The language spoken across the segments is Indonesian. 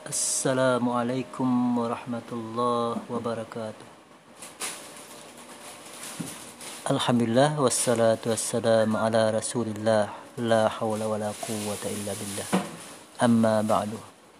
Assalamualaikum warahmatullahi wabarakatuh. Alhamdulillah wassalatu wassalamu ala rasulillah. La hawla wa la quwwata illa billah. Amma ba'du.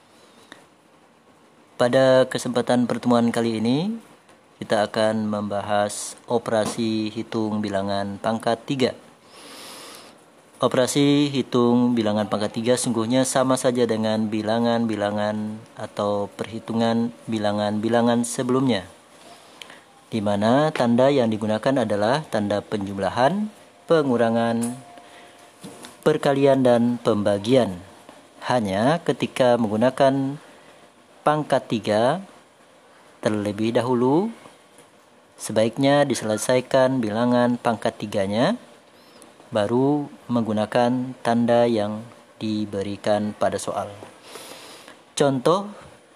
Pada kesempatan pertemuan kali ini kita akan membahas operasi hitung bilangan pangkat 3. Operasi hitung bilangan pangkat 3 sungguhnya sama saja dengan bilangan-bilangan atau perhitungan bilangan-bilangan sebelumnya, di mana tanda yang digunakan adalah tanda penjumlahan, pengurangan, perkalian, dan pembagian. Hanya ketika menggunakan pangkat 3 terlebih dahulu, sebaiknya diselesaikan bilangan pangkat 3-nya, baru menggunakan tanda yang diberikan pada soal. Contoh,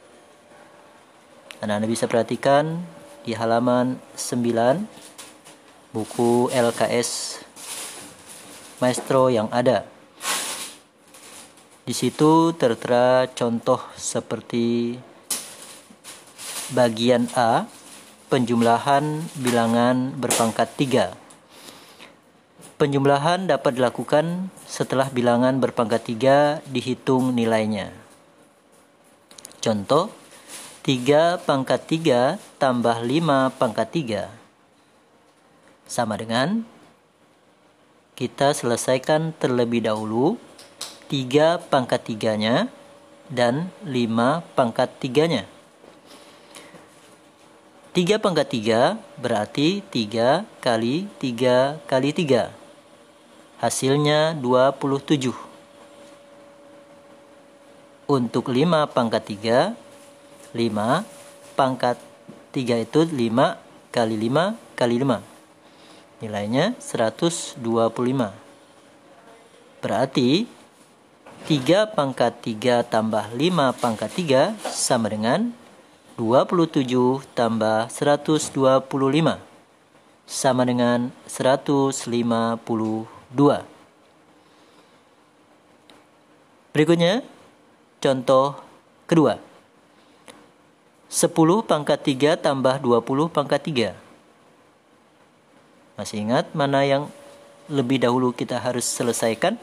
Anda bisa perhatikan di halaman 9 buku LKS Maestro yang ada. Di situ tertera contoh seperti bagian A, penjumlahan bilangan berpangkat 3. Penjumlahan dapat dilakukan setelah bilangan berpangkat 3 dihitung nilainya. Contoh, 3 pangkat 3 tambah 5 pangkat 3 sama dengan, kita selesaikan terlebih dahulu 3 pangkat 3-nya dan 5 pangkat 3-nya. 3 pangkat 3 berarti 3 kali 3 kali 3. Hasilnya 27. Untuk 5 pangkat 3, 5 pangkat 3 itu 5 kali 5 kali 5. Nilainya 125. Berarti 3 pangkat 3 tambah 5 pangkat 3 sama dengan 27 tambah 125 sama dengan 152. Berikutnya, contoh kedua. 10 pangkat 3 tambah 20 pangkat 3. Masih ingat mana yang lebih dahulu kita harus selesaikan?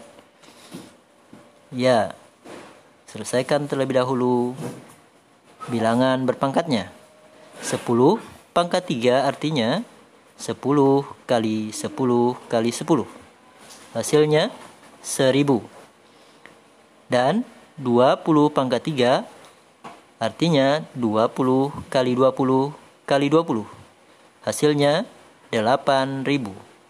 Ya, selesaikan terlebih dahulu bilangan berpangkatnya. 10 pangkat 3 artinya 10 kali 10 kali 10. Hasilnya 1000. Dan 20 pangkat 3 artinya 20 kali 20 kali 20. Hasilnya 8000.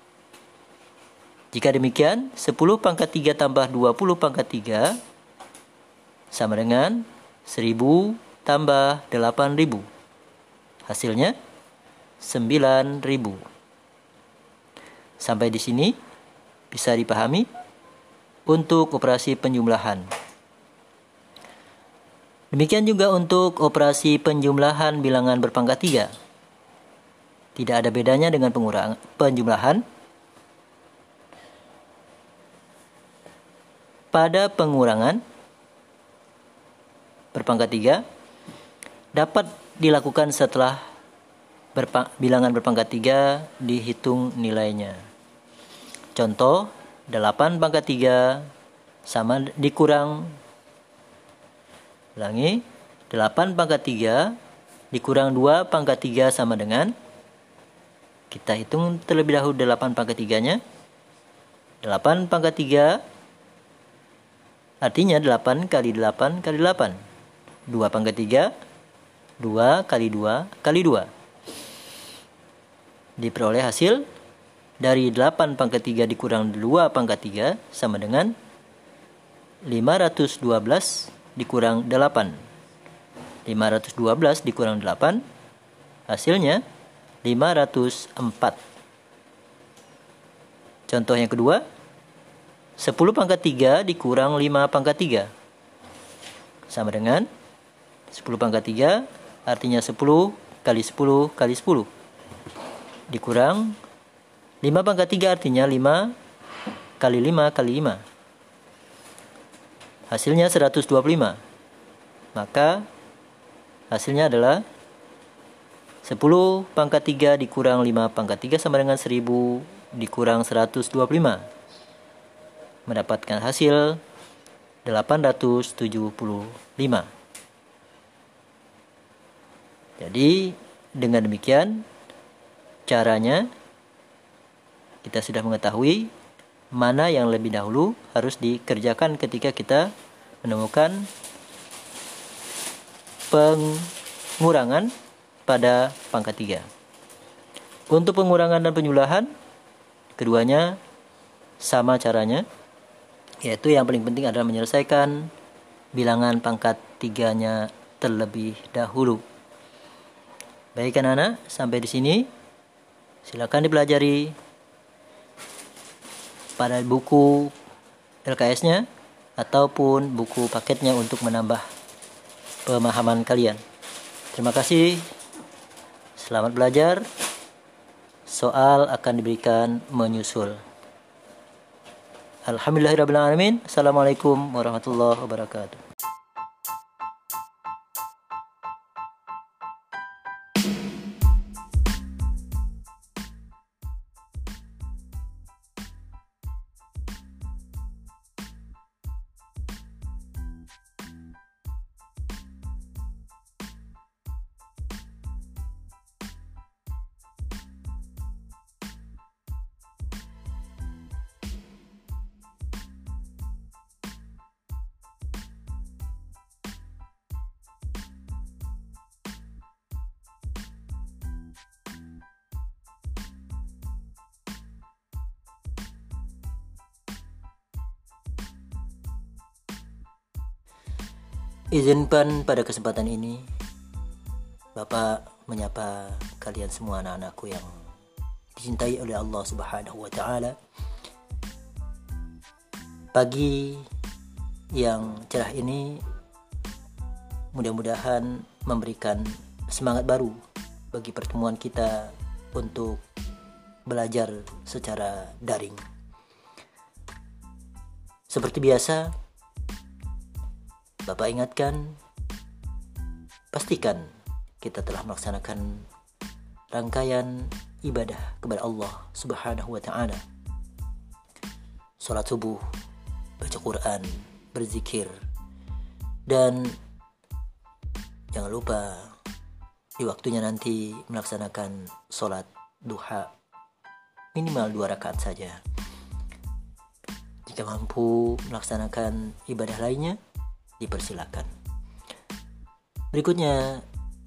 Jika demikian, 10 pangkat 3 tambah 20 pangkat 3 sama dengan 1000 tambah 8000. Hasilnya 9000. Sampai di sini bisa dipahami untuk operasi penjumlahan. Demikian juga untuk operasi penjumlahan bilangan berpangkat 3. Tidak ada bedanya dengan penjumlahan. Pada pengurangan berpangkat 3 dapat dilakukan setelah bilangan berpangkat 3 dihitung nilainya. Contoh, 8 pangkat 3 sama dikurang, 8 pangkat 3 dikurang 2 pangkat 3 sama dengan, kita hitung terlebih dahulu 8 pangkat 3-nya. 8 pangkat 3 artinya 8 kali 8 kali 8. 2 pangkat 3, 2 kali 2 kali 2. Diperoleh hasil dari 8 pangkat 3 dikurang 2 pangkat 3 sama dengan 512 dikurang 8. 512 dikurang 8 hasilnya 504. Contoh yang kedua, 10 pangkat 3 dikurang 5 pangkat 3 sama dengan 10 pangkat 3 artinya 10 kali 10 kali 10 dikurang 5 pangkat 3 artinya 5 kali 5 kali 5. Hasilnya 125. Maka hasilnya adalah 10 pangkat 3 dikurang 5 pangkat 3 sama dengan 1000 dikurang 125. Mendapatkan hasil 875. Jadi dengan demikian caranya kita sudah mengetahui mana yang lebih dahulu harus dikerjakan ketika kita menemukan pengurangan pada pangkat 3. Untuk pengurangan dan penjumlahan, keduanya sama caranya, yaitu yang paling penting adalah menyelesaikan bilangan pangkat 3-nya terlebih dahulu. Baik anak-anak, sampai di sini silakan dipelajari pada buku LKS-nya ataupun buku paketnya untuk menambah pemahaman kalian. Terima kasih. Selamat belajar. Soal akan diberikan menyusul. Alhamdulillahirabbil alamin. Assalamualaikum warahmatullahi wabarakatuh. Izinkan pada kesempatan ini Bapak menyapa kalian semua anak-anakku yang dicintai oleh Allah Subhanahu wa taala. Pagi yang cerah ini mudah-mudahan memberikan semangat baru bagi pertemuan kita untuk belajar secara daring. Seperti biasa, Bapak ingatkan, pastikan kita telah melaksanakan rangkaian ibadah kepada Allah Subhanahu wa taala. Salat subuh, baca Quran, berzikir, dan jangan lupa di waktunya nanti melaksanakan salat duha minimal 2 rakaat saja. Jika mampu melaksanakan ibadah lainnya, dipersilakan. Berikutnya,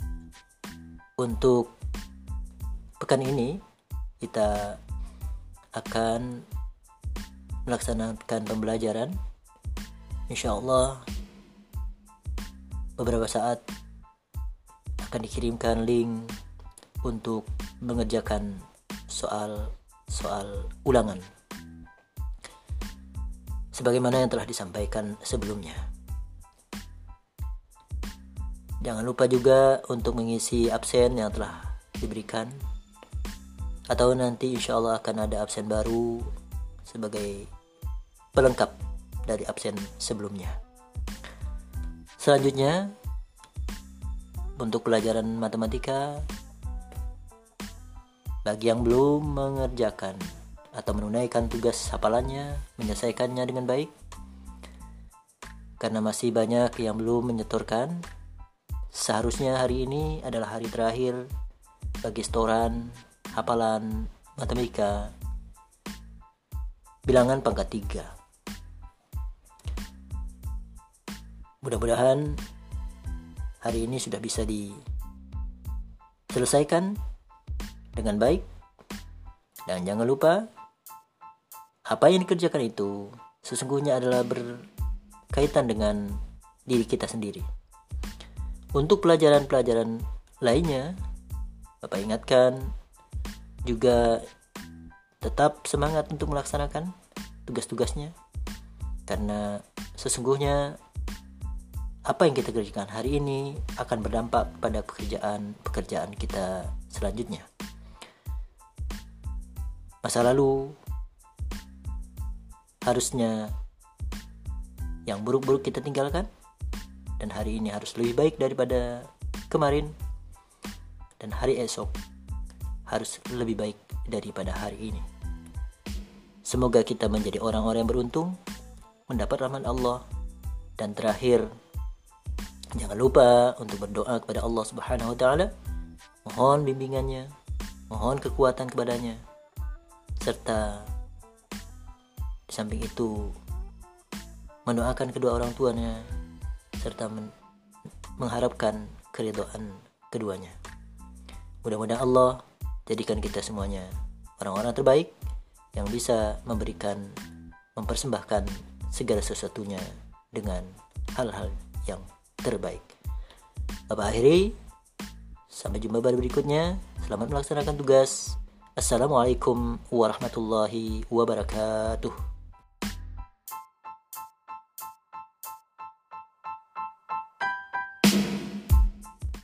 untuk pekan ini kita akan melaksanakan pembelajaran. Insyaallah beberapa saat akan dikirimkan link untuk mengerjakan soal ulangan sebagaimana yang telah disampaikan sebelumnya. Jangan lupa juga untuk mengisi absen yang telah diberikan, atau nanti insya Allah akan ada absen baru sebagai pelengkap dari absen sebelumnya. Selanjutnya, untuk pelajaran matematika, bagi yang belum mengerjakan atau menunaikan tugas hafalannya, menyelesaikannya dengan baik, karena masih banyak yang belum menyetorkan. Seharusnya hari ini adalah hari terakhir bagi setoran hafalan matematika bilangan pangkat 3. Mudah-mudahan hari ini sudah bisa diselesaikan dengan baik. Dan jangan lupa, apa yang dikerjakan itu sesungguhnya adalah berkaitan dengan diri kita sendiri. Untuk pelajaran-pelajaran lainnya, Bapak ingatkan juga tetap semangat untuk melaksanakan tugas-tugasnya, karena sesungguhnya apa yang kita kerjakan hari ini akan berdampak pada pekerjaan kita selanjutnya. Masa lalu harusnya yang buruk-buruk kita tinggalkan, dan hari ini harus lebih baik daripada kemarin, dan hari esok harus lebih baik daripada hari ini. Semoga kita menjadi orang-orang yang beruntung, mendapat rahmat Allah. Dan terakhir, jangan lupa untuk berdoa kepada Allah Subhanahu wa taala, mohon bimbingannya, mohon kekuatan kepadanya, serta di samping itu mendoakan kedua orang tuanya serta mengharapkan keridhaan keduanya. Mudah-mudahan Allah jadikan kita semuanya orang-orang terbaik yang bisa mempersembahkan segala sesuatunya dengan hal-hal yang terbaik. Bapak akhiri, sampai jumpa pada berikutnya. Selamat melaksanakan tugas. Assalamualaikum warahmatullahi wabarakatuh.